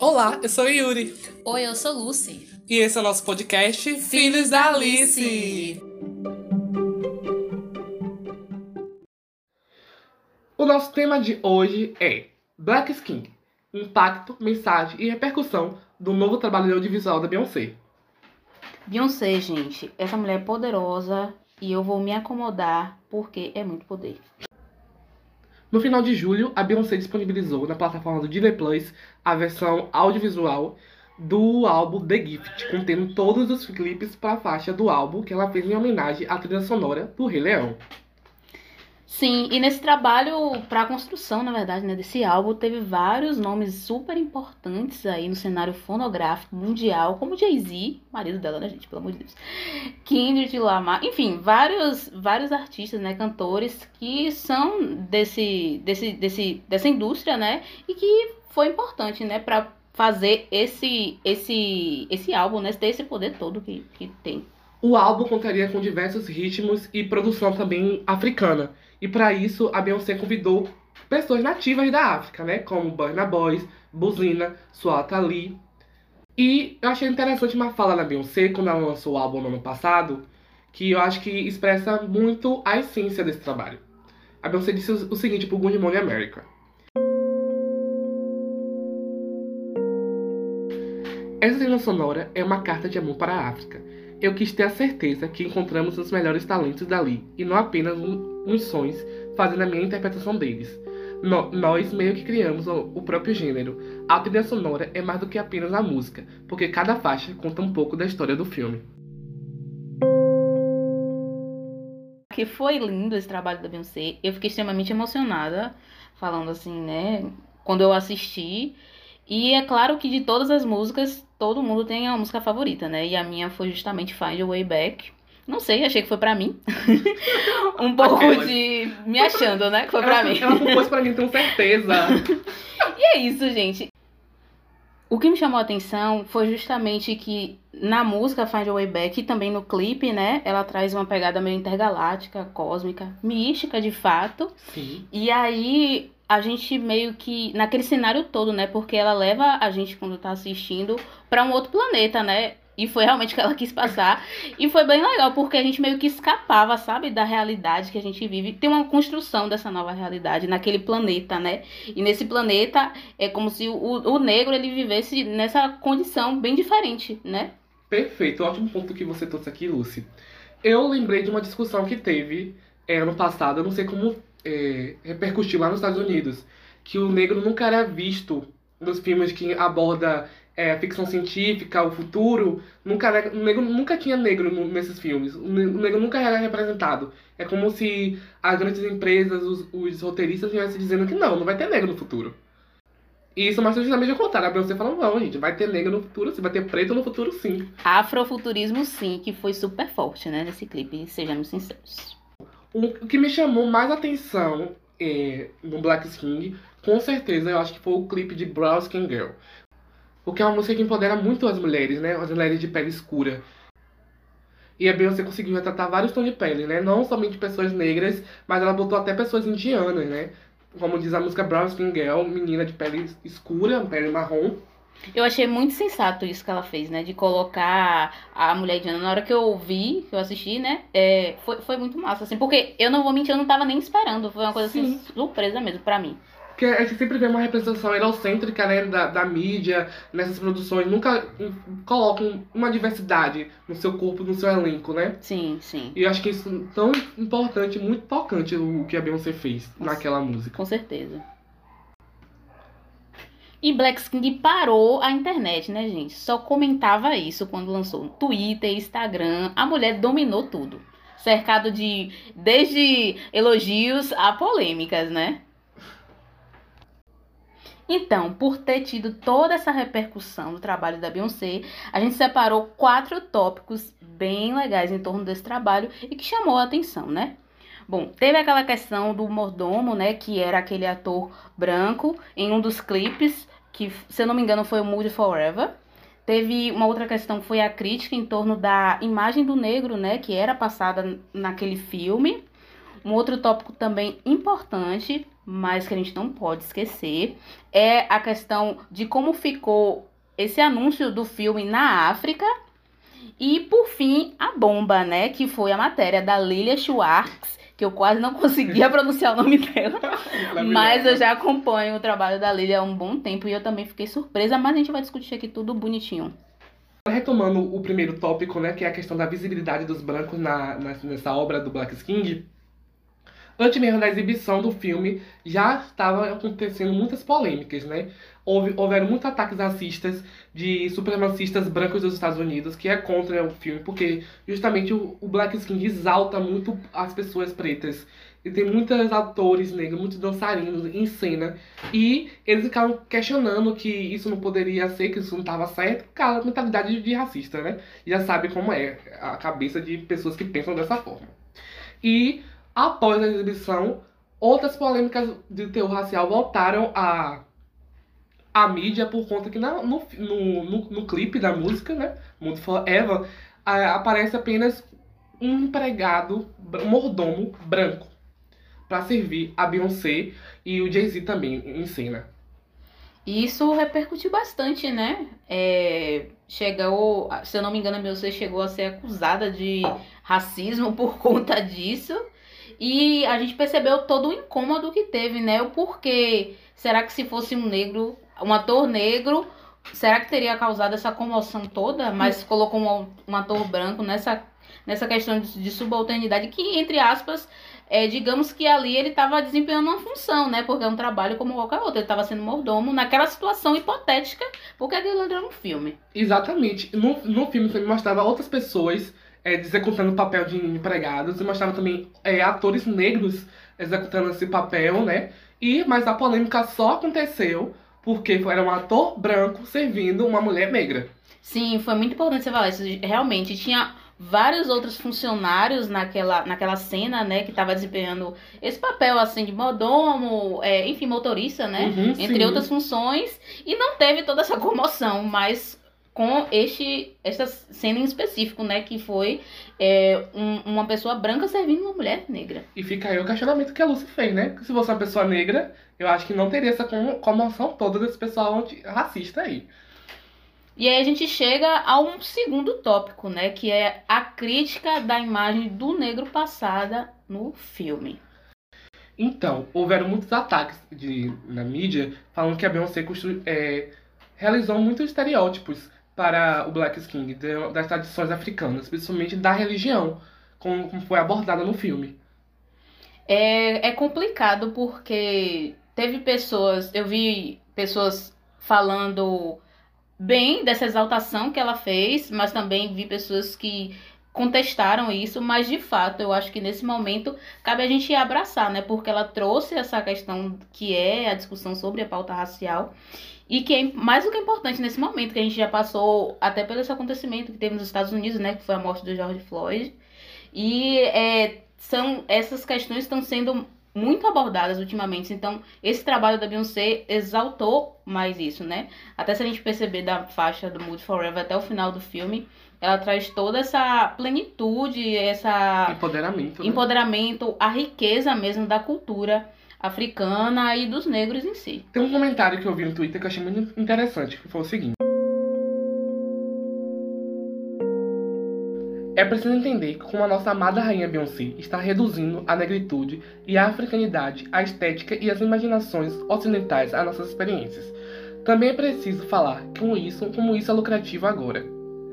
Olá, eu sou o Yuri. Oi, eu sou Lucy. E esse é o nosso podcast Filhos da Alice. O nosso tema de hoje é Black Skin, impacto, mensagem e repercussão do novo trabalho audiovisual da Beyoncé. Beyoncé, gente, essa mulher é poderosa e eu vou me acomodar porque é muito poder. No final de julho, a Beyoncé disponibilizou na plataforma do Disney Plus a versão audiovisual do álbum The Gift, contendo todos os clipes para a faixa do álbum que ela fez em homenagem à trilha sonora do Rei Leão. Sim, e nesse trabalho para a construção, na verdade, né, desse álbum, teve vários nomes super importantes aí no cenário fonográfico mundial, como Jay-Z, marido dela, né, gente, pelo amor de Deus, Kendrick Lamar, enfim, vários artistas, né, cantores que são dessa indústria, né, e que foi importante, né, para fazer esse álbum, né, ter esse poder todo que tem. O álbum contaria com diversos ritmos e produção também africana. E para isso, a Beyoncé convidou pessoas nativas da África, né? Como Burna Boy, Buzina, Swat Ali. E eu achei interessante uma fala da Beyoncé, quando ela lançou o álbum no ano passado, que eu acho que expressa muito a essência desse trabalho. A Beyoncé disse o seguinte pro Good Morning America. Essa trilha sonora é uma carta de amor para a África. Eu quis ter a certeza que encontramos os melhores talentos dali, e não apenas uns sons fazendo a minha interpretação deles. Nós meio que criamos o próprio gênero. A trilha sonora é mais do que apenas a música, porque cada faixa conta um pouco da história do filme. Que foi lindo esse trabalho da Beyoncé. Eu fiquei extremamente emocionada, falando assim, né, quando eu assisti. E é claro que de todas as músicas, todo mundo tem a música favorita, né? E a minha foi justamente Find Your Way Back. Não sei, achei que foi pra mim. Um pouco de me achando, né? Que foi pra mim. Ela compôs pra mim, tenho certeza. E é isso, gente. O que me chamou a atenção foi justamente que na música Find Your Way Back e também no clipe, né? Ela traz uma pegada meio intergaláctica, cósmica, mística de fato. Sim. E aí a gente meio que, naquele cenário todo, né? Porque ela leva a gente, quando tá assistindo, pra um outro planeta, né? E foi realmente o que ela quis passar. E foi bem legal, porque a gente meio que escapava, sabe? Da realidade que a gente vive. Tem uma construção dessa nova realidade naquele planeta, né? E nesse planeta é como se o negro, ele vivesse nessa condição bem diferente, né? Perfeito, ótimo ponto que você trouxe aqui, Lucy. Eu lembrei de uma discussão que teve ano passado, eu não sei como repercutiu lá nos Estados Unidos, que o negro nunca era visto nos filmes que aborda ficção científica, o futuro. O negro nunca tinha negro nesses filmes. O negro nunca era representado. É como se as grandes empresas, os roteiristas estivessem dizendo que não vai ter negro no futuro. E isso mostra justamente o contrário. A Beyoncé falando, não, gente, vai ter negro no futuro sim, vai ter preto no futuro sim. Afrofuturismo sim, que foi super forte, né, nesse clipe, sejamos sinceros. O que me chamou mais atenção no Black Skin, com certeza, eu acho que foi o clipe de Brown Skin Girl. Porque é uma música que empodera muito as mulheres, né? As mulheres de pele escura. E a Beyoncé conseguiu retratar vários tons de pele, né? Não somente pessoas negras, mas ela botou até pessoas indianas, né? Como diz a música Brown Skin Girl, menina de pele escura, pele marrom. Eu achei muito sensato isso que ela fez, né? De colocar a mulher indiana. Na hora que eu vi, que eu assisti, né? Foi muito massa, assim. Porque eu não vou mentir, eu não tava nem esperando. Foi uma coisa, assim, surpresa mesmo pra mim. Porque a gente sempre vê uma representação eurocêntrica, né, da mídia, nessas produções. Nunca colocam uma diversidade no seu corpo, no seu elenco, né? Sim, sim. E eu acho que isso é tão importante, muito tocante o que a Beyoncé fez naquela música. Com certeza. E Black King parou a internet, né, gente? Só comentava isso quando lançou. Twitter, Instagram, a mulher dominou tudo. Cercado desde elogios a polêmicas, né? Então, por ter tido toda essa repercussão do trabalho da Beyoncé, a gente separou 4 tópicos bem legais em torno desse trabalho e que chamou a atenção, né? Bom, teve aquela questão do mordomo, né, que era aquele ator branco em um dos clipes, que, se eu não me engano, foi o Mood Forever. Teve uma outra questão que foi a crítica em torno da imagem do negro, né, que era passada naquele filme. Um outro tópico também importante, mas que a gente não pode esquecer, é a questão de como ficou esse anúncio do filme na África. E, por fim, a bomba, né? Que foi a matéria da Lilia Schwartz, que eu quase não conseguia pronunciar o nome dela. Mas eu já acompanho o trabalho da Lilia há um bom tempo e eu também fiquei surpresa. Mas a gente vai discutir aqui tudo bonitinho. Retomando o primeiro tópico, né? Que é a questão da visibilidade dos brancos nessa obra do Black King. Antes mesmo da exibição do filme, já estavam acontecendo muitas polêmicas, né? Houveram muitos ataques racistas de supremacistas brancos dos Estados Unidos, que é contra o filme, porque justamente o Black King exalta muito as pessoas pretas. E tem muitos atores negros, muitos dançarinos em cena, e eles ficavam questionando que isso não poderia ser, que isso não estava certo, por causa da mentalidade de racista, né? Já sabe como é a cabeça de pessoas que pensam dessa forma. E após a exibição, outras polêmicas de teor racial voltaram à mídia por conta que no clipe da música, né, Mood Forever, aparece apenas um empregado, um mordomo branco, para servir a Beyoncé e o Jay-Z também em cena. E isso repercutiu bastante, né? Chegou, se eu não me engano, a Beyoncé chegou a ser acusada de racismo por conta disso. E a gente percebeu todo o incômodo que teve, né? O porquê. Será que se fosse um negro, um ator negro, será que teria causado essa comoção toda? Mas colocou um ator branco nessa questão de subalternidade que, entre aspas, digamos que ali ele estava desempenhando uma função, né? Porque é um trabalho como qualquer outro. Ele estava sendo mordomo naquela situação hipotética, porque aquilo era um filme. Exatamente. No filme também mostrava outras pessoas executando o papel de empregados e mostrava também atores negros executando esse papel, né? Mas a polêmica só aconteceu porque era um ator branco servindo uma mulher negra. Sim, foi muito importante você falar isso. Realmente, tinha vários outros funcionários naquela cena, né, que estava desempenhando esse papel, assim, de mordomo, enfim, motorista, né? Entre sim. outras funções. E não teve toda essa comoção, mas com essa cena em específico, né, que foi uma pessoa branca servindo uma mulher negra. E fica aí o questionamento que a Lucy fez, né? Que se fosse uma pessoa negra, eu acho que não teria essa comoção toda desse pessoal racista aí. E aí a gente chega a um segundo tópico, né, que é a crítica da imagem do negro passada no filme. Então, houveram muitos ataques na mídia falando que a Beyoncé realizou muitos estereótipos para o Black King, das tradições africanas, principalmente da religião, como foi abordada no filme. É complicado porque eu vi pessoas falando bem dessa exaltação que ela fez, mas também vi pessoas que contestaram isso, mas de fato eu acho que nesse momento cabe a gente abraçar, né? Porque ela trouxe essa questão que é a discussão sobre a pauta racial e que é mais do que importante nesse momento, que a gente já passou até pelo esse acontecimento que teve nos Estados Unidos, né? Que foi a morte do George Floyd. E essas questões estão sendo muito abordadas ultimamente. Então, esse trabalho da Beyoncé exaltou mais isso, né? Até se a gente perceber da faixa do Mood Forever até o final do filme, ela traz toda essa plenitude, empoderamento, a riqueza mesmo da cultura africana e dos negros em si. Tem um comentário que eu vi no Twitter que eu achei muito interessante, que foi o seguinte: é preciso entender como a nossa amada rainha Beyoncé está reduzindo a negritude e a africanidade, a estética e as imaginações ocidentais às nossas experiências. Também é preciso falar como isso é lucrativo agora.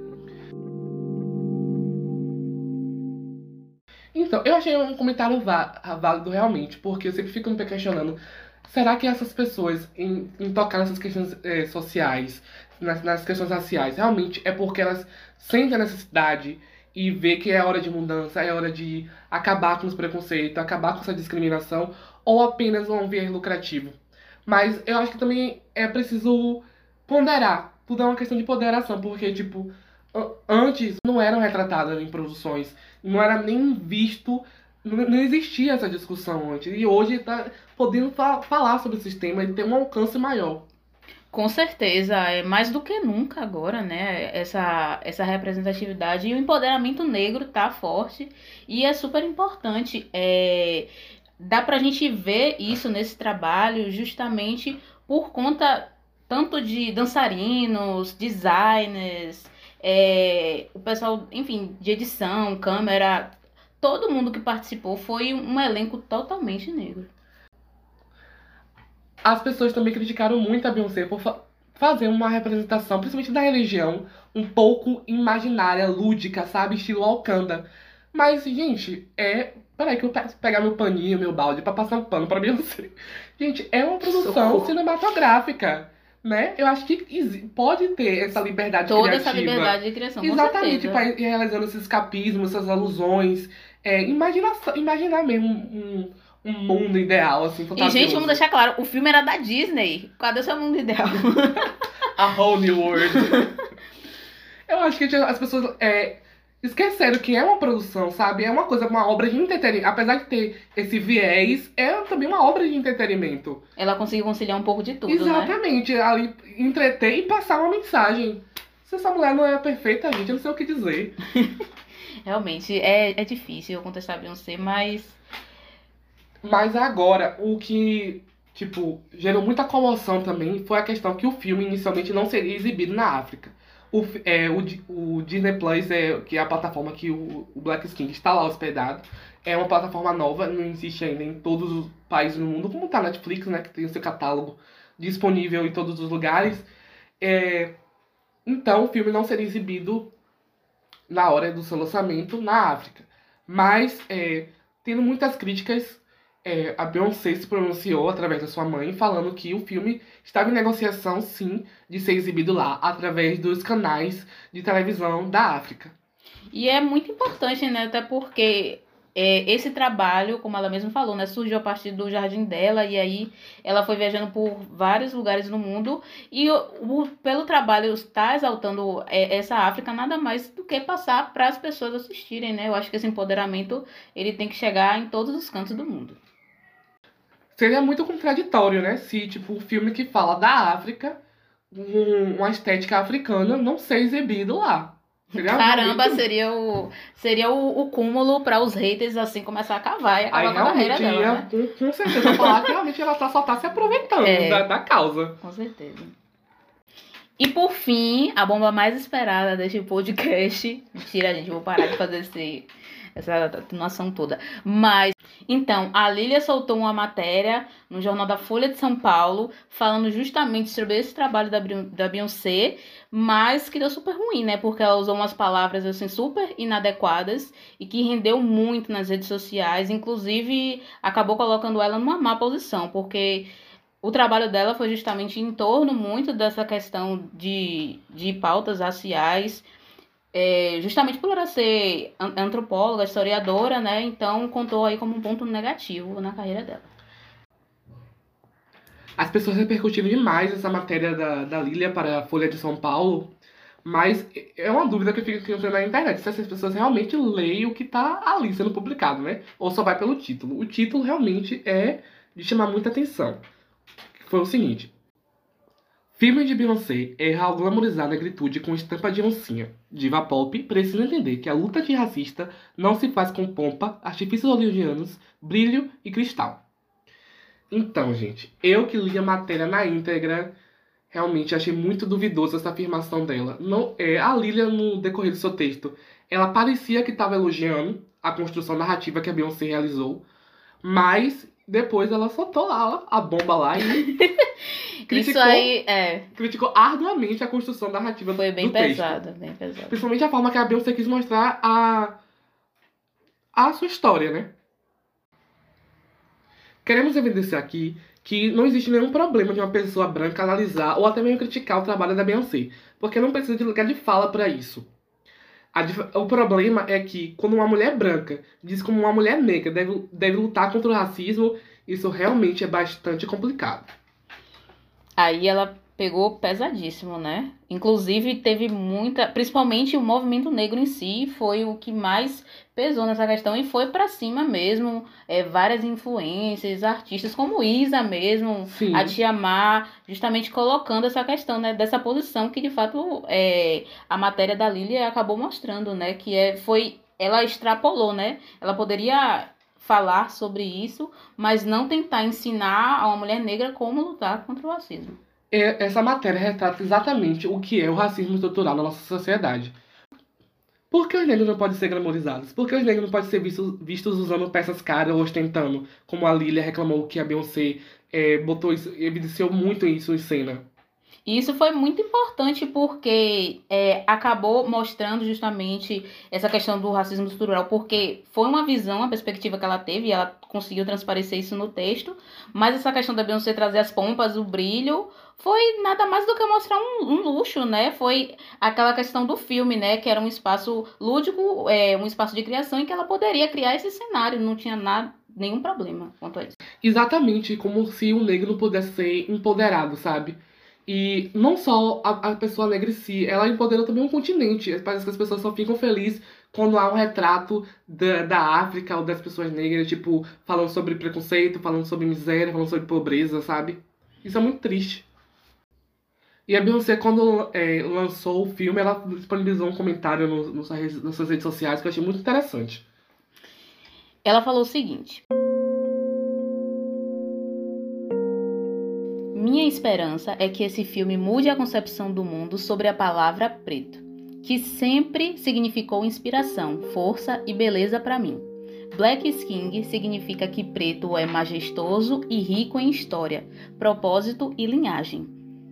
Então, eu achei um comentário válido realmente, porque eu sempre fico me questionando, será que essas pessoas, em tocar nessas questões sociais, nas questões raciais, realmente é porque elas sentem a necessidade e vê que é hora de mudança, é hora de acabar com os preconceitos, acabar com essa discriminação, ou apenas um viés lucrativo? Mas eu acho que também é preciso ponderar, tudo é uma questão de ponderação, porque, tipo, antes não eram retratadas em produções, não era nem visto, não existia essa discussão antes, e hoje está podendo falar sobre esse tema e ter um alcance maior. Com certeza, é mais do que nunca agora, né? Essa representatividade e o empoderamento negro tá forte e é super importante. Dá pra gente ver isso nesse trabalho justamente por conta tanto de dançarinos, designers, o pessoal, enfim, de edição, câmera, todo mundo que participou foi um elenco totalmente negro. As pessoas também criticaram muito a Beyoncé por fazer uma representação, principalmente da religião, um pouco imaginária, lúdica, sabe? Estilo Wakanda. Mas, gente, Peraí que eu pegar meu paninho, meu balde, pra passar um pano pra Beyoncé. Gente, é uma produção Socorro. cinematográfica, né? Eu acho que pode ter essa liberdade Toda criativa. essa liberdade de criação, com Exatamente, certeza. pra ir realizando esses escapismos, essas alusões. Imaginar mesmo um mundo ideal, assim, E, fantasioso. gente, vamos deixar claro, o filme era da Disney. Cadê o seu mundo ideal? A whole new world. Eu acho que as pessoas esqueceram que é uma produção, sabe? É uma coisa, uma obra de entretenimento. Apesar de ter esse viés, é também uma obra de entretenimento. Ela conseguiu conciliar um pouco de tudo, né? Exatamente. Ali, entreter e passar uma mensagem. Se essa mulher não é perfeita, gente, eu não sei o que dizer. Realmente, é difícil eu contestar a Beyoncé, mas... Mas agora, o que, tipo, gerou muita comoção também foi a questão que o filme inicialmente não seria exibido na África. O Disney Plus, que é a plataforma que o Black Skin está lá hospedado, é uma plataforma nova, não existe ainda em todos os países do mundo, como tá a Netflix, né, que tem o seu catálogo disponível em todos os lugares. Então, o filme não seria exibido na hora do seu lançamento na África. Mas, tendo muitas críticas, a Beyoncé se pronunciou através da sua mãe, falando que o filme estava em negociação, sim, de ser exibido lá, através dos canais de televisão da África. E é muito importante, né? Até porque esse trabalho, como ela mesma falou, né? Surgiu a partir do jardim dela e aí ela foi viajando por vários lugares no mundo e pelo trabalho estar exaltando essa África, nada mais do que passar para as pessoas assistirem, né? Eu acho que esse empoderamento, ele tem que chegar em todos os cantos do mundo. Seria muito contraditório, né? Se, tipo, um filme que fala da África, uma estética africana, não ser exibido lá. Caramba, realmente... seria o cúmulo para os haters assim começar a cavar e acabar Aí com a carreira realmente dela, ia, né? com certeza, falar que realmente ela só tá se aproveitando da causa. Com certeza. E por fim, a bomba mais esperada deste podcast. Mentira, gente, eu vou parar de fazer essa atuação toda. Mas, então, a Lilia soltou uma matéria no jornal da Folha de São Paulo, falando justamente sobre esse trabalho da Beyoncé, mas que deu super ruim, né? Porque ela usou umas palavras, assim, super inadequadas e que rendeu muito nas redes sociais, inclusive acabou colocando ela numa má posição, porque o trabalho dela foi justamente em torno muito dessa questão de pautas raciais, justamente por ela ser antropóloga, historiadora, né? Então contou aí como um ponto negativo na carreira dela. As pessoas repercutiram demais essa matéria da Lilia para a Folha de São Paulo, mas é uma dúvida que eu fico tendo na internet, se essas pessoas realmente leem o que tá ali sendo publicado, né? Ou só vai pelo título. O título realmente é de chamar muita atenção. Foi o seguinte: filme de Beyoncé erra ao glamorizar a negritude com estampa de oncinha. Diva pop precisa entender que a luta antirracista não se faz com pompa, artifícios hollywoodianos, brilho e cristal. Então, gente, eu que li a matéria na íntegra, realmente achei muito duvidoso essa afirmação dela. A Lilia, no decorrer do seu texto, ela parecia que estava elogiando a construção narrativa que a Beyoncé realizou, mas depois ela soltou lá a bomba lá e criticou arduamente a construção narrativa Foi bem do pesado, texto. bem pesado. Principalmente a forma que a Beyoncé quis mostrar a sua história, né? Queremos evidenciar aqui que não existe nenhum problema de uma pessoa branca analisar ou até mesmo criticar o trabalho da Beyoncé, porque não precisa de lugar de fala para isso. O problema é que quando uma mulher branca diz como uma mulher negra deve lutar contra o racismo, isso realmente é bastante complicado. Aí ela Pegou pesadíssimo, né? Inclusive teve muita, principalmente o movimento negro em si foi o que mais pesou nessa questão e foi pra cima mesmo. Várias influências, artistas como Isa mesmo, Sim. a Tia Má, justamente colocando essa questão, né, dessa posição que de fato a matéria da Lilia acabou mostrando, né, que ela extrapolou, né? Ela poderia falar sobre isso, mas não tentar ensinar a uma mulher negra como lutar contra o racismo. Essa matéria retrata exatamente o que é o racismo estrutural na nossa sociedade. Por que os negros não podem ser glamorizados? Por que os negros não podem ser vistos usando peças caras ou ostentando? Como a Lilia reclamou que a Beyoncé botou isso, evidenciou muito isso em cena. E isso foi muito importante porque acabou mostrando justamente essa questão do racismo estrutural, porque foi uma visão, uma perspectiva que ela teve, e ela conseguiu transparecer isso no texto, mas essa questão da Beyoncé trazer as pompas, o brilho, foi nada mais do que mostrar um luxo, né? Foi aquela questão do filme, né? Que era um espaço lúdico, um espaço de criação em que ela poderia criar esse cenário, não tinha nenhum problema quanto a isso. Exatamente, como se o negro não pudesse ser empoderado, sabe? E não só a pessoa negra em si, ela empoderou também um continente. Parece que as pessoas só ficam felizes quando há um retrato da África ou das pessoas negras, tipo, falando sobre preconceito, falando sobre miséria, falando sobre pobreza, sabe? Isso é muito triste. E a Beyoncé, quando lançou o filme, ela disponibilizou um comentário nas suas redes sociais que eu achei muito interessante. Ela falou o seguinte: minha esperança é que esse filme mude a concepção do mundo sobre a palavra preto, que sempre significou inspiração, força e beleza para mim. Black Skin significa que preto é majestoso e rico em história, propósito e linhagem.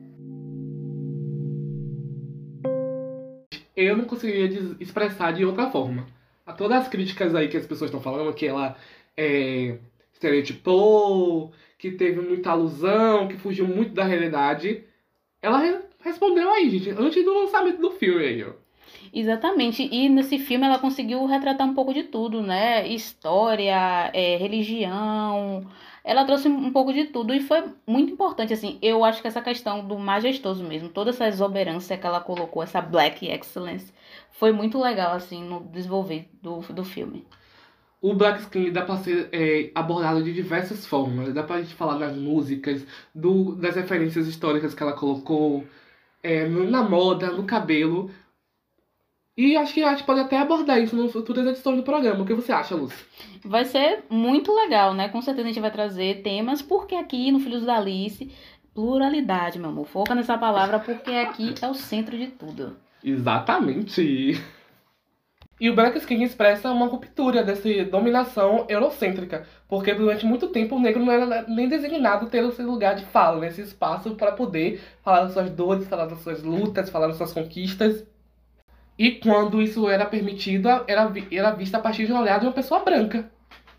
Eu não conseguiria expressar de outra forma. A todas as críticas aí que as pessoas estão falando, que ela estereotipou, que teve muita alusão, que fugiu muito da realidade, ela respondeu aí, gente, antes do lançamento do filme aí, ó. Exatamente, e nesse filme ela conseguiu retratar um pouco de tudo, né? História, religião, ela trouxe um pouco de tudo e foi muito importante, assim, eu acho que essa questão do majestoso mesmo, toda essa exuberância que ela colocou, essa Black Excellence, foi muito legal, assim, no desenvolver do filme. O Black Skin dá pra ser abordado de diversas formas. Dá pra gente falar das músicas, das referências históricas que ela colocou, na moda, no cabelo. E acho que a gente pode até abordar isso nas futuras edições do programa. O que você acha, Lúcia? Vai ser muito legal, né? Com certeza a gente vai trazer temas, porque aqui no Filhos da Alice, pluralidade, meu amor. Foca nessa palavra, porque aqui é o centro de tudo. Exatamente. E o Black Skin expressa uma ruptura dessa dominação eurocêntrica, porque durante muito tempo o negro não era nem designado ter o seu lugar de fala, nesse espaço para poder falar das suas dores, falar das suas lutas, falar das suas conquistas. E quando isso era permitido, era visto a partir de um olhar de uma pessoa branca.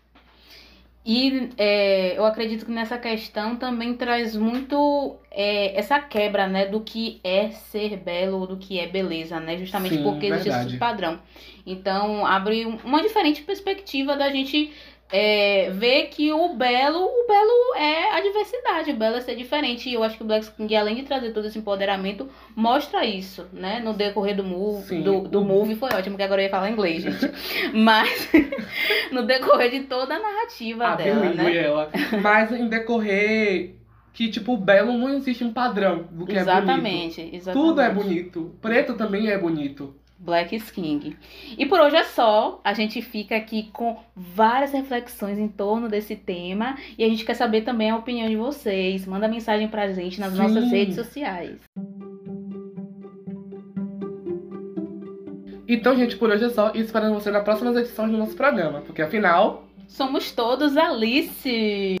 E eu acredito que nessa questão também traz muito essa quebra, né, do que é ser belo, do que é beleza, né, justamente Sim, porque existe verdade. esse padrão. Então abre uma diferente perspectiva da gente ver que o belo é a diversidade, o belo é ser diferente. E eu acho que o Black Skin, além de trazer todo esse empoderamento, mostra isso, né, no decorrer do movie foi ótimo, que agora eu ia falar inglês, gente. Mas no decorrer de toda a narrativa dela, né? Ela. Mas em decorrer que, tipo, o belo não existe um padrão do que é bonito. Exatamente. Tudo é bonito. Preto também é bonito. Black Skin. E por hoje é só. A gente fica aqui com várias reflexões em torno desse tema. E a gente quer saber também a opinião de vocês. Manda mensagem pra gente nas nossas redes sociais. Então, gente, por hoje é só. E esperando você nas próximas edições do nosso programa. Porque, afinal... somos todos Alice!